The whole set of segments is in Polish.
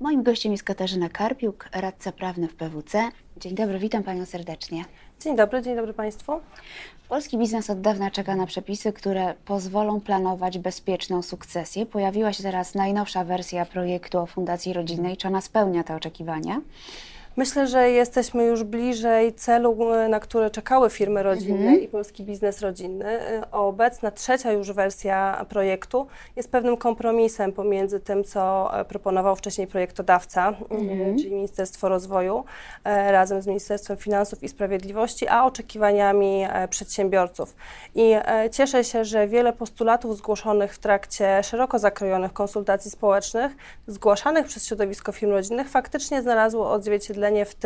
Moim gościem jest Katarzyna Karpiuk, radca prawny w PwC. Dzień dobry, witam Panią serdecznie. Dzień dobry Państwu. Polski biznes od dawna czeka na przepisy, które pozwolą planować bezpieczną sukcesję. Pojawiła się teraz najnowsza wersja projektu o Fundacji Rodzinnej. Czy ona spełnia te oczekiwania? Myślę, że jesteśmy już bliżej celu, na który czekały firmy rodzinne i polski biznes rodzinny. Obecna trzecia już wersja projektu jest pewnym kompromisem pomiędzy tym, co proponował wcześniej projektodawca, czyli Ministerstwo Rozwoju, razem z Ministerstwem Finansów i Sprawiedliwości, a oczekiwaniami przedsiębiorców. I cieszę się, że wiele postulatów zgłoszonych w trakcie szeroko zakrojonych konsultacji społecznych, zgłaszanych przez środowisko firm rodzinnych, faktycznie znalazło odzwierciedlenie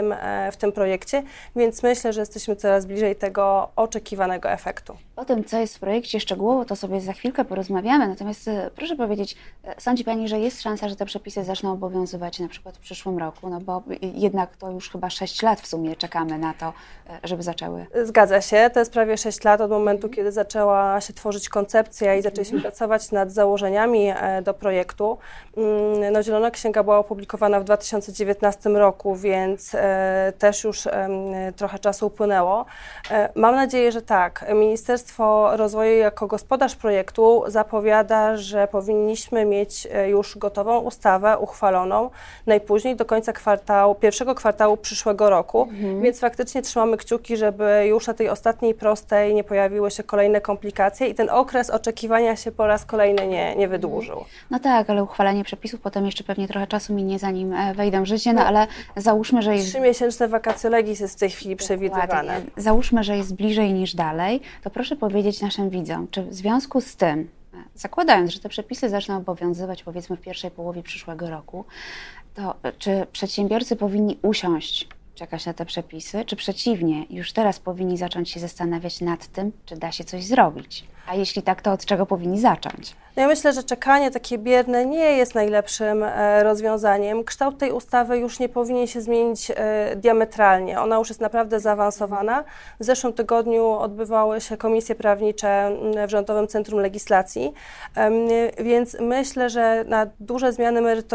w tym projekcie, więc myślę, że jesteśmy coraz bliżej tego oczekiwanego efektu. O tym, co jest w projekcie szczegółowo, to sobie za chwilkę porozmawiamy. Natomiast proszę powiedzieć, sądzi Pani, że jest szansa, że te przepisy zaczną obowiązywać na przykład w przyszłym roku? No bo jednak to już chyba 6 lat w sumie czekamy na to, żeby zaczęły. Zgadza się. To jest prawie 6 lat od momentu, kiedy zaczęła się tworzyć koncepcja i zaczęliśmy pracować nad założeniami do projektu. No, Zielona Księga była opublikowana w 2019 roku, więc też już trochę czasu upłynęło. Mam nadzieję, że tak. Ministerstwo Rozwoju jako gospodarz projektu zapowiada, że powinniśmy mieć już gotową ustawę uchwaloną najpóźniej do końca pierwszego kwartału przyszłego roku, więc faktycznie trzymamy kciuki, żeby już na tej ostatniej prostej nie pojawiły się kolejne komplikacje i ten okres oczekiwania się po raz kolejny nie wydłużył. No tak, ale uchwalenie przepisów potem jeszcze pewnie trochę czasu minie, zanim wejdą w życie, no ale załóżmy, że jest... 3-miesięczne vacatio legis jest w tej chwili przewidywane. Załóżmy, że jest bliżej niż dalej, to proszę powiedzieć naszym widzom, czy w związku z tym, zakładając, że te przepisy zaczną obowiązywać powiedzmy w pierwszej połowie przyszłego roku, to czy przedsiębiorcy powinni usiąść, czekać na te przepisy, czy przeciwnie, już teraz powinni zacząć się zastanawiać nad tym, czy da się coś zrobić? A jeśli tak, to od czego powinni zacząć? Ja myślę, że czekanie takie bierne nie jest najlepszym rozwiązaniem. Kształt tej ustawy już nie powinien się zmienić diametralnie. Ona już jest naprawdę zaawansowana. W zeszłym tygodniu odbywały się komisje prawnicze w Rządowym Centrum Legislacji, więc myślę, że na dużych zmian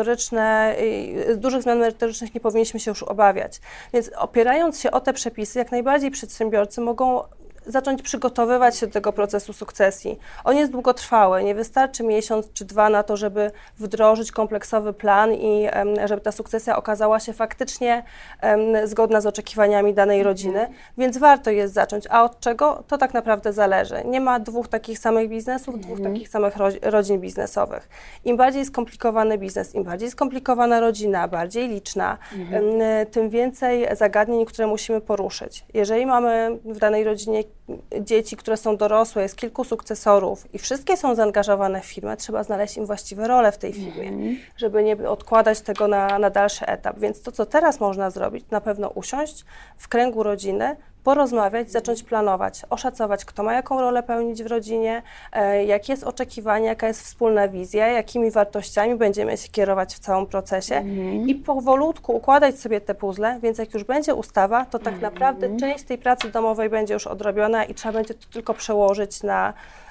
merytorycznych nie powinniśmy się już obawiać. Więc opierając się o te przepisy, jak najbardziej przedsiębiorcy mogą zacząć przygotowywać się do tego procesu sukcesji. On jest długotrwały, nie wystarczy miesiąc czy 2 na to, żeby wdrożyć kompleksowy plan i żeby ta sukcesja okazała się faktycznie zgodna z oczekiwaniami danej rodziny, więc warto jest zacząć. A od czego? To tak naprawdę zależy. Nie ma 2 takich samych biznesów, 2 takich samych rodzin biznesowych. Im bardziej skomplikowany biznes, im bardziej skomplikowana rodzina, bardziej liczna, tym więcej zagadnień, które musimy poruszyć. Jeżeli mamy w danej rodzinie dzieci, które są dorosłe, jest kilku sukcesorów i wszystkie są zaangażowane w firmę, trzeba znaleźć im właściwe role w tej firmie, żeby nie odkładać tego na dalszy etap. Więc to, co teraz można zrobić, na pewno usiąść w kręgu rodziny, porozmawiać, zacząć planować, oszacować, kto ma jaką rolę pełnić w rodzinie, jakie jest oczekiwanie, jaka jest wspólna wizja, jakimi wartościami będziemy się kierować w całym procesie i powolutku układać sobie te puzzle, więc jak już będzie ustawa, to tak naprawdę część tej pracy domowej będzie już odrobiona i trzeba będzie to tylko przełożyć na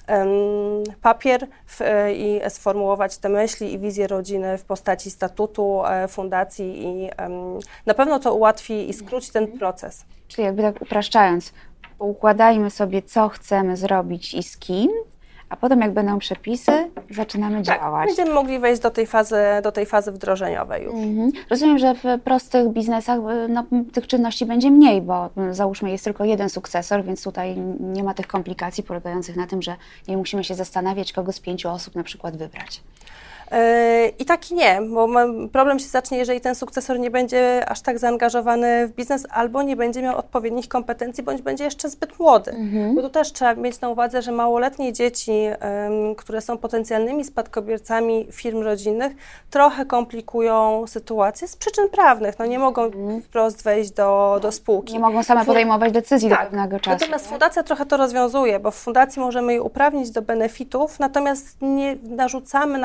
papier i sformułować te myśli i wizję rodziny w postaci statutu, fundacji i na pewno to ułatwi i skróci ten proces. Czyli jakby tak upraszczając, układajmy sobie, co chcemy zrobić i z kim, a potem jak będą przepisy, zaczynamy działać. Będziemy mogli wejść do tej fazy wdrożeniowej już. Rozumiem, że w prostych biznesach tych czynności będzie mniej, bo załóżmy jest tylko jeden sukcesor, więc tutaj nie ma tych komplikacji polegających na tym, że nie musimy się zastanawiać, kogo z 5 osób na przykład wybrać. I tak i nie, bo problem się zacznie, jeżeli ten sukcesor nie będzie aż tak zaangażowany w biznes albo nie będzie miał odpowiednich kompetencji, bądź będzie jeszcze zbyt młody. Bo tu też trzeba mieć na uwadze, że małoletnie dzieci, które są potencjalnymi spadkobiercami firm rodzinnych, trochę komplikują sytuację z przyczyn prawnych. No nie mogą wprost wejść do spółki. Nie mogą same podejmować decyzji do pewnego czasu. Natomiast fundacja trochę to rozwiązuje, bo w fundacji możemy je uprawnić do benefitów, natomiast nie narzucamy, nakładamy na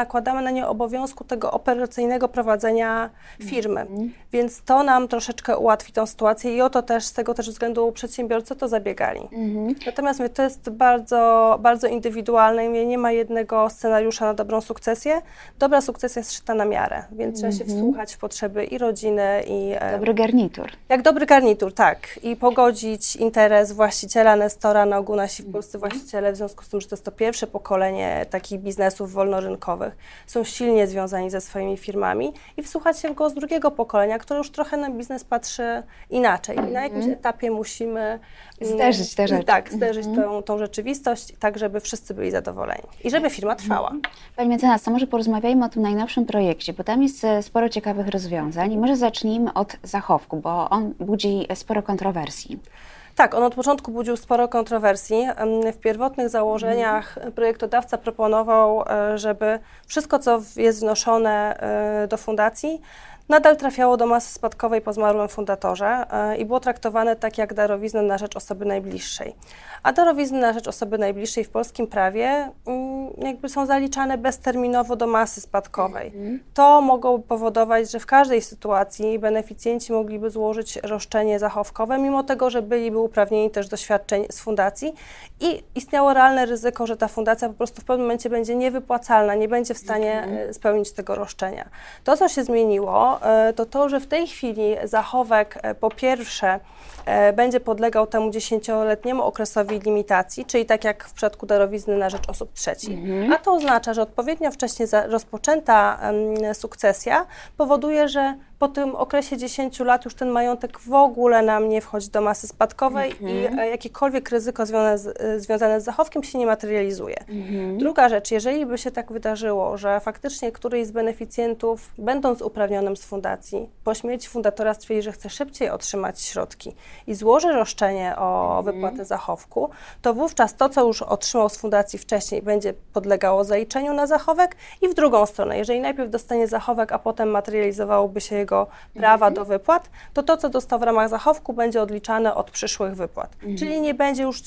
wykonanie obowiązku tego operacyjnego prowadzenia firmy. Więc to nam troszeczkę ułatwi tą sytuację i o to też, z tego też względu przedsiębiorcy to zabiegali. Natomiast to jest bardzo, bardzo indywidualne i nie ma jednego scenariusza na dobrą sukcesję. Dobra sukcesja jest szyta na miarę, więc trzeba się wsłuchać w potrzeby i rodziny, i... Dobry garnitur. Jak dobry garnitur, tak. I pogodzić interes właściciela, nestora, na ogół nasi polscy właściciele, w związku z tym, że to jest to pierwsze pokolenie takich biznesów wolnorynkowych, są silnie związani ze swoimi firmami i wsłuchać się w głos drugiego pokolenia, które już trochę na biznes patrzy inaczej. I na jakimś etapie musimy zderzyć te rzeczy. Tak, zderzyć tą rzeczywistość, tak żeby wszyscy byli zadowoleni i żeby firma trwała. Pani mecenas, to może porozmawiajmy o tym najnowszym projekcie, bo tam jest sporo ciekawych rozwiązań i może zacznijmy od zachowku, bo on budzi sporo kontrowersji. Tak, on od początku budził sporo kontrowersji. W pierwotnych założeniach projektodawca proponował, żeby wszystko, co jest wnoszone do fundacji, nadal trafiało do masy spadkowej po zmarłym fundatorze i było traktowane tak jak darowizna na rzecz osoby najbliższej. A darowizny na rzecz osoby najbliższej w polskim prawie jakby są zaliczane bezterminowo do masy spadkowej. To mogłoby powodować, że w każdej sytuacji beneficjenci mogliby złożyć roszczenie zachowkowe, mimo tego, że byliby uprawnieni też do świadczeń z fundacji i istniało realne ryzyko, że ta fundacja po prostu w pewnym momencie będzie niewypłacalna, nie będzie w stanie spełnić tego roszczenia. To, co się zmieniło, to, że w tej chwili zachowek po pierwsze będzie podlegał temu 10-letniemu okresowi limitacji, czyli tak jak w przypadku darowizny na rzecz osób trzecich. A to oznacza, że odpowiednio wcześnie rozpoczęta sukcesja powoduje, że po tym okresie 10 lat już ten majątek w ogóle nam nie wchodzi do masy spadkowej i jakiekolwiek ryzyko związane z zachowkiem się nie materializuje. Druga rzecz, jeżeli by się tak wydarzyło, że faktycznie któryś z beneficjentów, będąc uprawnionym z fundacji, po śmierci fundatora stwierdzi, że chce szybciej otrzymać środki i złoży roszczenie o wypłatę zachowku, to wówczas to, co już otrzymał z fundacji wcześniej, będzie podlegało zaliczeniu na zachowek i w drugą stronę, jeżeli najpierw dostanie zachowek, a potem materializowałoby się jego prawa do wypłat, to, co dostał w ramach zachowku, będzie odliczane od przyszłych wypłat. Czyli nie będzie już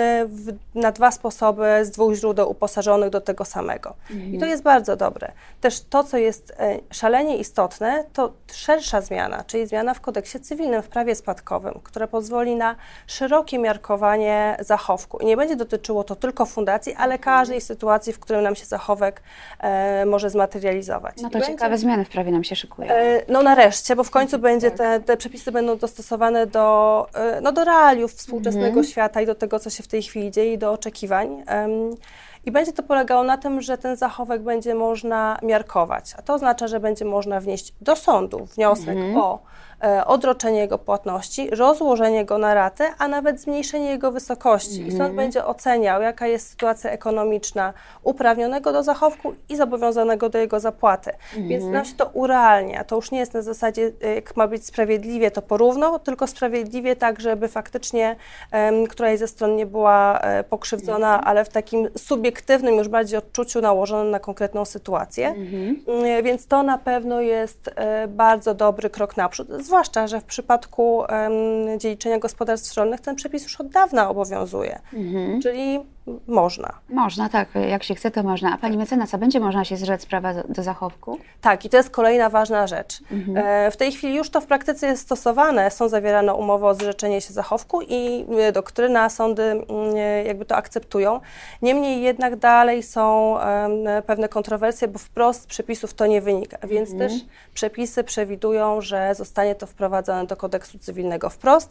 na dwa sposoby z dwóch źródeł uposażonych do tego samego. I to jest bardzo dobre. Też to, co jest szalenie istotne, to szersza zmiana, czyli zmiana w kodeksie cywilnym, w prawie spadkowym, która pozwoli na szerokie miarkowanie zachowku. I nie będzie dotyczyło to tylko fundacji, ale każdej sytuacji, w której nam się zachowek może zmaterializować. No to ciekawe zmiany w prawie nam się szykują. No nareszcie, bo w końcu będzie te przepisy będą dostosowane do realiów współczesnego świata i do tego, co się w tej chwili dzieje i do oczekiwań. I będzie to polegało na tym, że ten zachowek będzie można miarkować, a to oznacza, że będzie można wnieść do sądu wniosek o odroczenie jego płatności, rozłożenie go na ratę, a nawet zmniejszenie jego wysokości. I sąd będzie oceniał, jaka jest sytuacja ekonomiczna uprawnionego do zachowku i zobowiązanego do jego zapłaty. Więc nam się to urealnia. To już nie jest na zasadzie, jak ma być sprawiedliwie, to porówno, tylko sprawiedliwie tak, żeby faktycznie któraś ze stron nie była pokrzywdzona, ale w takim subiektywnym już bardziej odczuciu nałożonym na konkretną sytuację. Więc to na pewno jest bardzo dobry krok naprzód. Zwłaszcza, że w przypadku dziedziczenia gospodarstw rolnych ten przepis już od dawna obowiązuje, czyli można. Można, tak. Jak się chce, to można. A pani mecenas, a będzie można się zrzec prawa do zachowku? Tak, i to jest kolejna ważna rzecz. W tej chwili już to w praktyce jest stosowane, są zawierane umowy o zrzeczenie się zachowku i doktryna, sądy jakby to akceptują. Niemniej jednak dalej są pewne kontrowersje, bo wprost z przepisów to nie wynika, więc też przepisy przewidują, że zostanie to wprowadzone do kodeksu cywilnego wprost.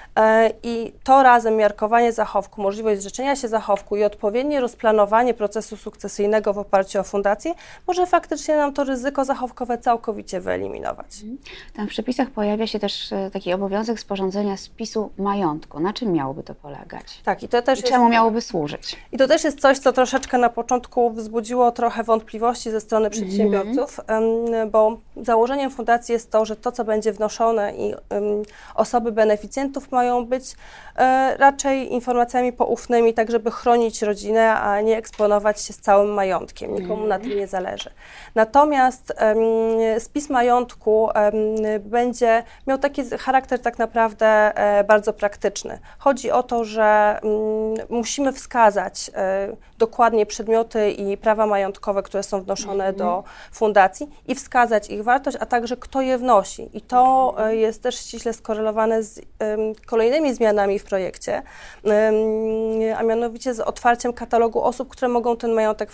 I to razem miarkowanie zachowku, możliwość zrzeczenia się zachowku i odpowiednie rozplanowanie procesu sukcesyjnego w oparciu o fundację może faktycznie nam to ryzyko zachowkowe całkowicie wyeliminować. Tam w przepisach pojawia się też taki obowiązek sporządzenia spisu majątku. Na czym miałoby to polegać? Tak, i to też czemu miałoby służyć? I to też jest coś, co troszeczkę na początku wzbudziło trochę wątpliwości ze strony przedsiębiorców, bo założeniem fundacji jest to, że to, co będzie wnoszone i osoby beneficjentów mają być raczej informacjami poufnymi, tak żeby chronić chronić rodzinę, a nie eksponować się z całym majątkiem. Nikomu na tym nie zależy. Natomiast spis majątku będzie miał taki charakter tak naprawdę bardzo praktyczny. Chodzi o to, że musimy wskazać dokładnie przedmioty i prawa majątkowe, które są wnoszone do fundacji i wskazać ich wartość, a także kto je wnosi. I to jest też ściśle skorelowane z kolejnymi zmianami w projekcie, a mianowicie z otwarciem katalogu osób, które mogą ten majątek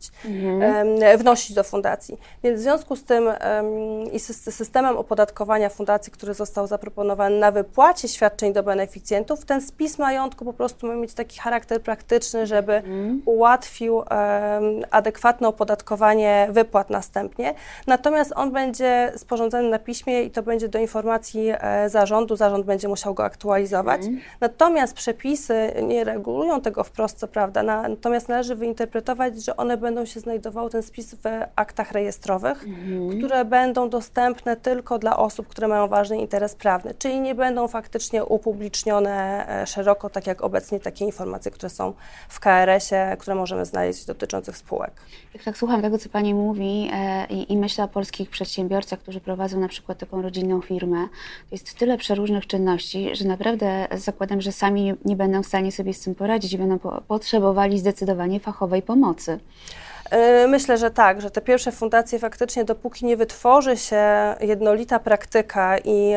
wnosić do fundacji. Więc w związku z tym i z systemem opodatkowania fundacji, który został zaproponowany na wypłacie świadczeń do beneficjentów, ten spis majątku po prostu ma mieć taki charakter praktyczny, żeby ułatwił adekwatne opodatkowanie wypłat następnie. Natomiast on będzie sporządzany na piśmie i to będzie do informacji zarządu. Zarząd będzie musiał go aktualizować. Natomiast przepisy nie regulują tego wprost, co prawda, natomiast należy wyinterpretować, że one będą się znajdowały, ten spis, w aktach rejestrowych, które będą dostępne tylko dla osób, które mają ważny interes prawny, czyli nie będą faktycznie upublicznione szeroko, tak jak obecnie takie informacje, które są w KRS-ie, które możemy znaleźć dotyczących spółek. Jak tak słucham tego, co Pani mówi i myślę o polskich przedsiębiorcach, którzy prowadzą na przykład taką rodzinną firmę, to jest tyle przeróżnych czynności, że naprawdę zakładam, że sami nie będą w stanie sobie z tym poradzić i będą potrzebowali zdecydowanie fachowej pomocy. Myślę, że tak, że te pierwsze fundacje faktycznie, dopóki nie wytworzy się jednolita praktyka i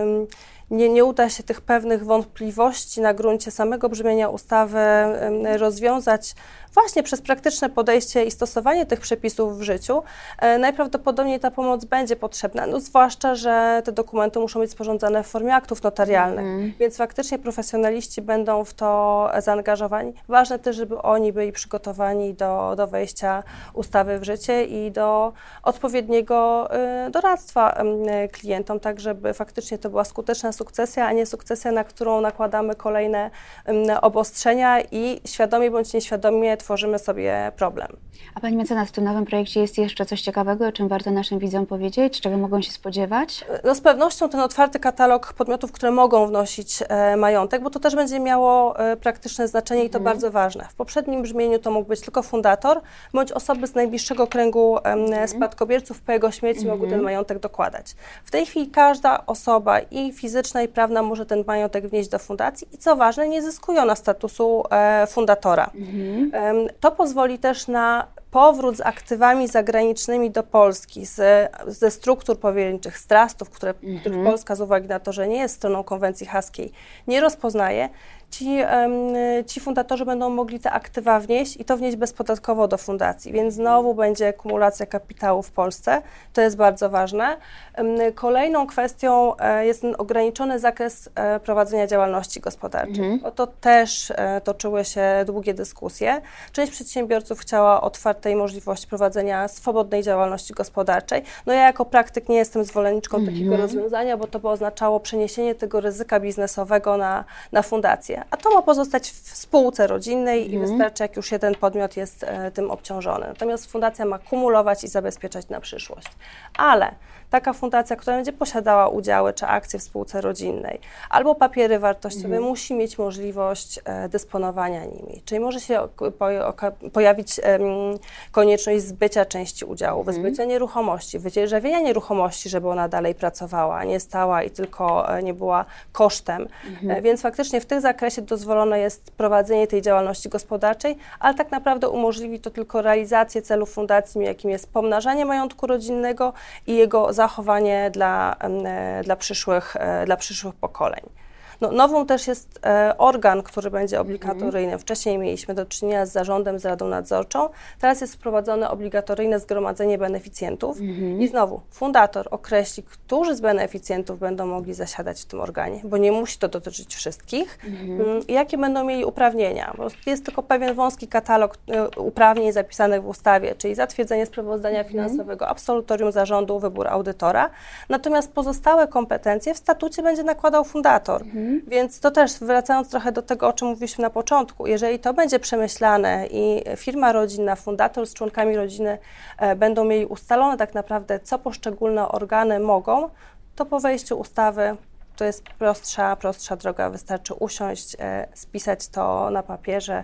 nie uda się tych pewnych wątpliwości na gruncie samego brzmienia ustawy rozwiązać właśnie przez praktyczne podejście i stosowanie tych przepisów w życiu, najprawdopodobniej ta pomoc będzie potrzebna, no zwłaszcza, że te dokumenty muszą być sporządzane w formie aktów notarialnych, więc faktycznie profesjonaliści będą w to zaangażowani. Ważne też, żeby oni byli przygotowani do wejścia ustawy w życie i do odpowiedniego doradztwa klientom, tak żeby faktycznie to była skuteczna sukcesja, a nie sukcesja, na którą nakładamy kolejne obostrzenia i świadomie bądź nieświadomie tworzymy sobie problem. A Pani mecenas, w tym nowym projekcie jest jeszcze coś ciekawego, o czym warto naszym widzom powiedzieć? Czego mogą się spodziewać? No z pewnością ten otwarty katalog podmiotów, które mogą wnosić majątek, bo to też będzie miało praktyczne znaczenie i to bardzo ważne. W poprzednim brzmieniu to mógł być tylko fundator, bądź osoby z najbliższego kręgu spadkobierców po jego śmierci mogły ten majątek dokładać. W tej chwili każda osoba i fizyczna, i prawna może ten majątek wnieść do fundacji i co ważne, nie zyskuje ona statusu fundatora. To pozwoli też na powrót z aktywami zagranicznymi do Polski, ze struktur powierniczych, z trustów, których Polska z uwagi na to, że nie jest stroną konwencji haskiej, nie rozpoznaje. Ci fundatorzy będą mogli te aktywa wnieść i to wnieść bezpodatkowo do fundacji, więc znowu będzie kumulacja kapitału w Polsce, to jest bardzo ważne. Kolejną kwestią jest ten ograniczony zakres prowadzenia działalności gospodarczej. O to też toczyły się długie dyskusje. Część przedsiębiorców chciała otwartej możliwości prowadzenia swobodnej działalności gospodarczej. No ja jako praktyk nie jestem zwolenniczką takiego rozwiązania, bo to by oznaczało przeniesienie tego ryzyka biznesowego na fundację. A to ma pozostać w spółce rodzinnej i wystarczy, jak już jeden podmiot jest tym obciążony. Natomiast fundacja ma kumulować i zabezpieczać na przyszłość. Ale taka fundacja, która będzie posiadała udziały czy akcje w spółce rodzinnej albo papiery wartościowe, musi mieć możliwość dysponowania nimi. Czyli może się pojawić konieczność zbycia części udziału, zbycia nieruchomości, wydzierżawienia nieruchomości, żeby ona dalej pracowała, a nie stała i tylko nie była kosztem. Więc faktycznie w tym zakresie dozwolone jest prowadzenie tej działalności gospodarczej, ale tak naprawdę umożliwi to tylko realizację celu fundacji, jakim jest pomnażanie majątku rodzinnego i jego zachowanie dla przyszłych pokoleń. No, nową też jest organ, który będzie obligatoryjny. Wcześniej mieliśmy do czynienia z zarządem, z radą nadzorczą. Teraz jest wprowadzone obligatoryjne zgromadzenie beneficjentów. I znowu fundator określi, którzy z beneficjentów będą mogli zasiadać w tym organie, bo nie musi to dotyczyć wszystkich. I jakie będą mieli uprawnienia, bo jest tylko pewien wąski katalog uprawnień zapisanych w ustawie, czyli zatwierdzenie sprawozdania finansowego, absolutorium zarządu, wybór audytora. Natomiast pozostałe kompetencje w statucie będzie nakładał fundator. Więc to też, wracając trochę do tego, o czym mówiliśmy na początku, jeżeli to będzie przemyślane i firma rodzinna, fundator z członkami rodziny będą mieli ustalone tak naprawdę, co poszczególne organy mogą, to po wejściu ustawy to jest prostsza droga, wystarczy usiąść, spisać to na papierze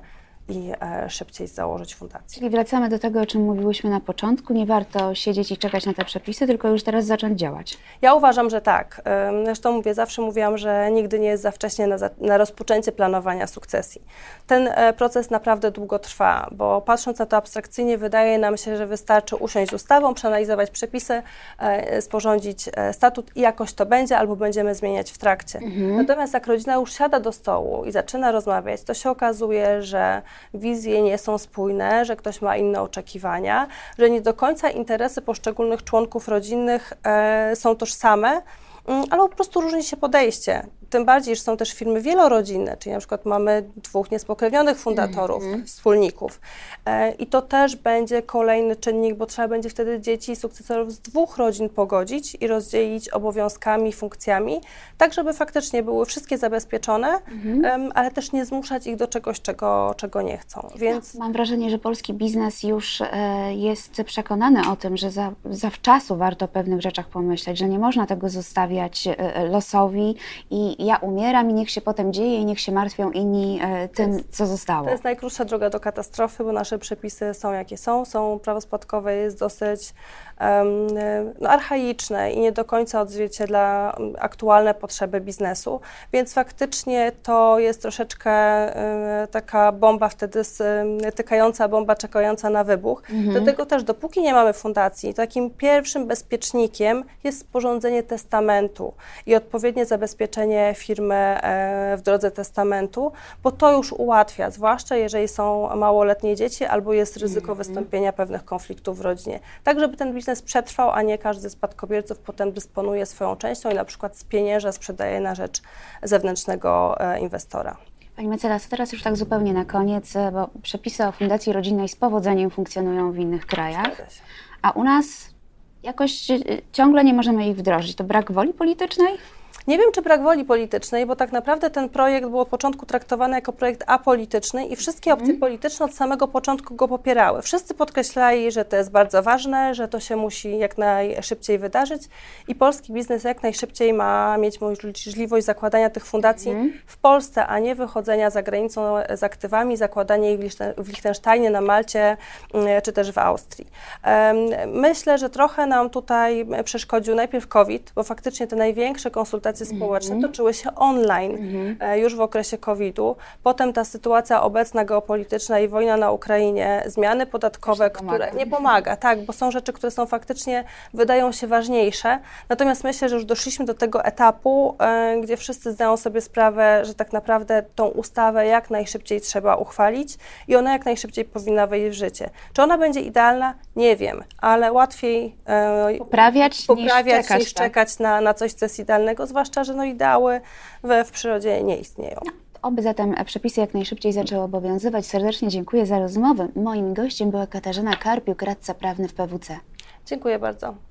i szybciej założyć fundację. Czyli wracamy do tego, o czym mówiłyśmy na początku. Nie warto siedzieć i czekać na te przepisy, tylko już teraz zacząć działać. Ja uważam, że tak. Zresztą zawsze mówiłam, że nigdy nie jest za wcześnie na rozpoczęcie planowania sukcesji. Ten proces naprawdę długo trwa, bo patrząc na to abstrakcyjnie, wydaje nam się, że wystarczy usiąść z ustawą, przeanalizować przepisy, sporządzić statut i jakoś to będzie, albo będziemy zmieniać w trakcie. Natomiast jak rodzina już siada do stołu i zaczyna rozmawiać, to się okazuje, że wizje nie są spójne, że ktoś ma inne oczekiwania, że nie do końca interesy poszczególnych członków rodzinnych są tożsame, ale po prostu różni się podejście. Tym bardziej, że są też firmy wielorodzinne, czyli na przykład mamy 2 niespokrewnionych fundatorów, wspólników. I to też będzie kolejny czynnik, bo trzeba będzie wtedy dzieci i sukcesorów z 2 rodzin pogodzić i rozdzielić obowiązkami, funkcjami, tak żeby faktycznie były wszystkie zabezpieczone, ale też nie zmuszać ich do czegoś, czego nie chcą. Więc Mam wrażenie, że polski biznes już jest przekonany o tym, że zawczasu warto o pewnych rzeczach pomyśleć, że nie można tego zostawiać losowi i ja umieram i niech się potem dzieje i niech się martwią inni tym, co zostało. To jest najkrótsza droga do katastrofy, bo nasze przepisy są jakie są. Prawo spadkowe jest dosyć archaiczne i nie do końca odzwierciedla aktualne potrzeby biznesu, więc faktycznie to jest troszeczkę taka bomba wtedy, tykająca bomba czekająca na wybuch. Dlatego też dopóki nie mamy fundacji, takim pierwszym bezpiecznikiem jest sporządzenie testamentu i odpowiednie zabezpieczenie firmy w drodze testamentu, bo to już ułatwia, zwłaszcza jeżeli są małoletnie dzieci albo jest ryzyko wystąpienia pewnych konfliktów w rodzinie. Tak, żeby ten biznes przetrwał, a nie każdy z spadkobierców potem dysponuje swoją częścią i na przykład spienięża sprzedaje na rzecz zewnętrznego inwestora. Pani mecenas, teraz już tak zupełnie na koniec, bo przepisy o fundacji rodzinnej z powodzeniem funkcjonują w innych krajach, a u nas jakoś ciągle nie możemy ich wdrożyć. To brak woli politycznej? Nie wiem, czy brak woli politycznej, bo tak naprawdę ten projekt był od początku traktowany jako projekt apolityczny i wszystkie opcje polityczne od samego początku go popierały. Wszyscy podkreślali, że to jest bardzo ważne, że to się musi jak najszybciej wydarzyć i polski biznes jak najszybciej ma mieć możliwość zakładania tych fundacji w Polsce, a nie wychodzenia za granicą z aktywami, zakładania ich w Liechtensteinie, na Malcie czy też w Austrii. Myślę, że trochę nam tutaj przeszkodził najpierw COVID, bo faktycznie te największe konsultacje społeczne toczyły się online już w okresie COVID-u. Potem ta sytuacja obecna geopolityczna i wojna na Ukrainie, zmiany podatkowe, które nie pomaga, tak, bo są rzeczy, które są faktycznie, wydają się ważniejsze. Natomiast myślę, że już doszliśmy do tego etapu, gdzie wszyscy zdają sobie sprawę, że tak naprawdę tą ustawę jak najszybciej trzeba uchwalić i ona jak najszybciej powinna wejść w życie. Czy ona będzie idealna? Nie wiem, ale łatwiej poprawiać niż czekać na coś, co jest idealnego, zwłaszcza, że ideały w przyrodzie nie istnieją. Oby zatem przepisy jak najszybciej zaczęły obowiązywać. Serdecznie dziękuję za rozmowę. Moim gościem była Katarzyna Karpiuk, radca prawny w PwC. Dziękuję bardzo.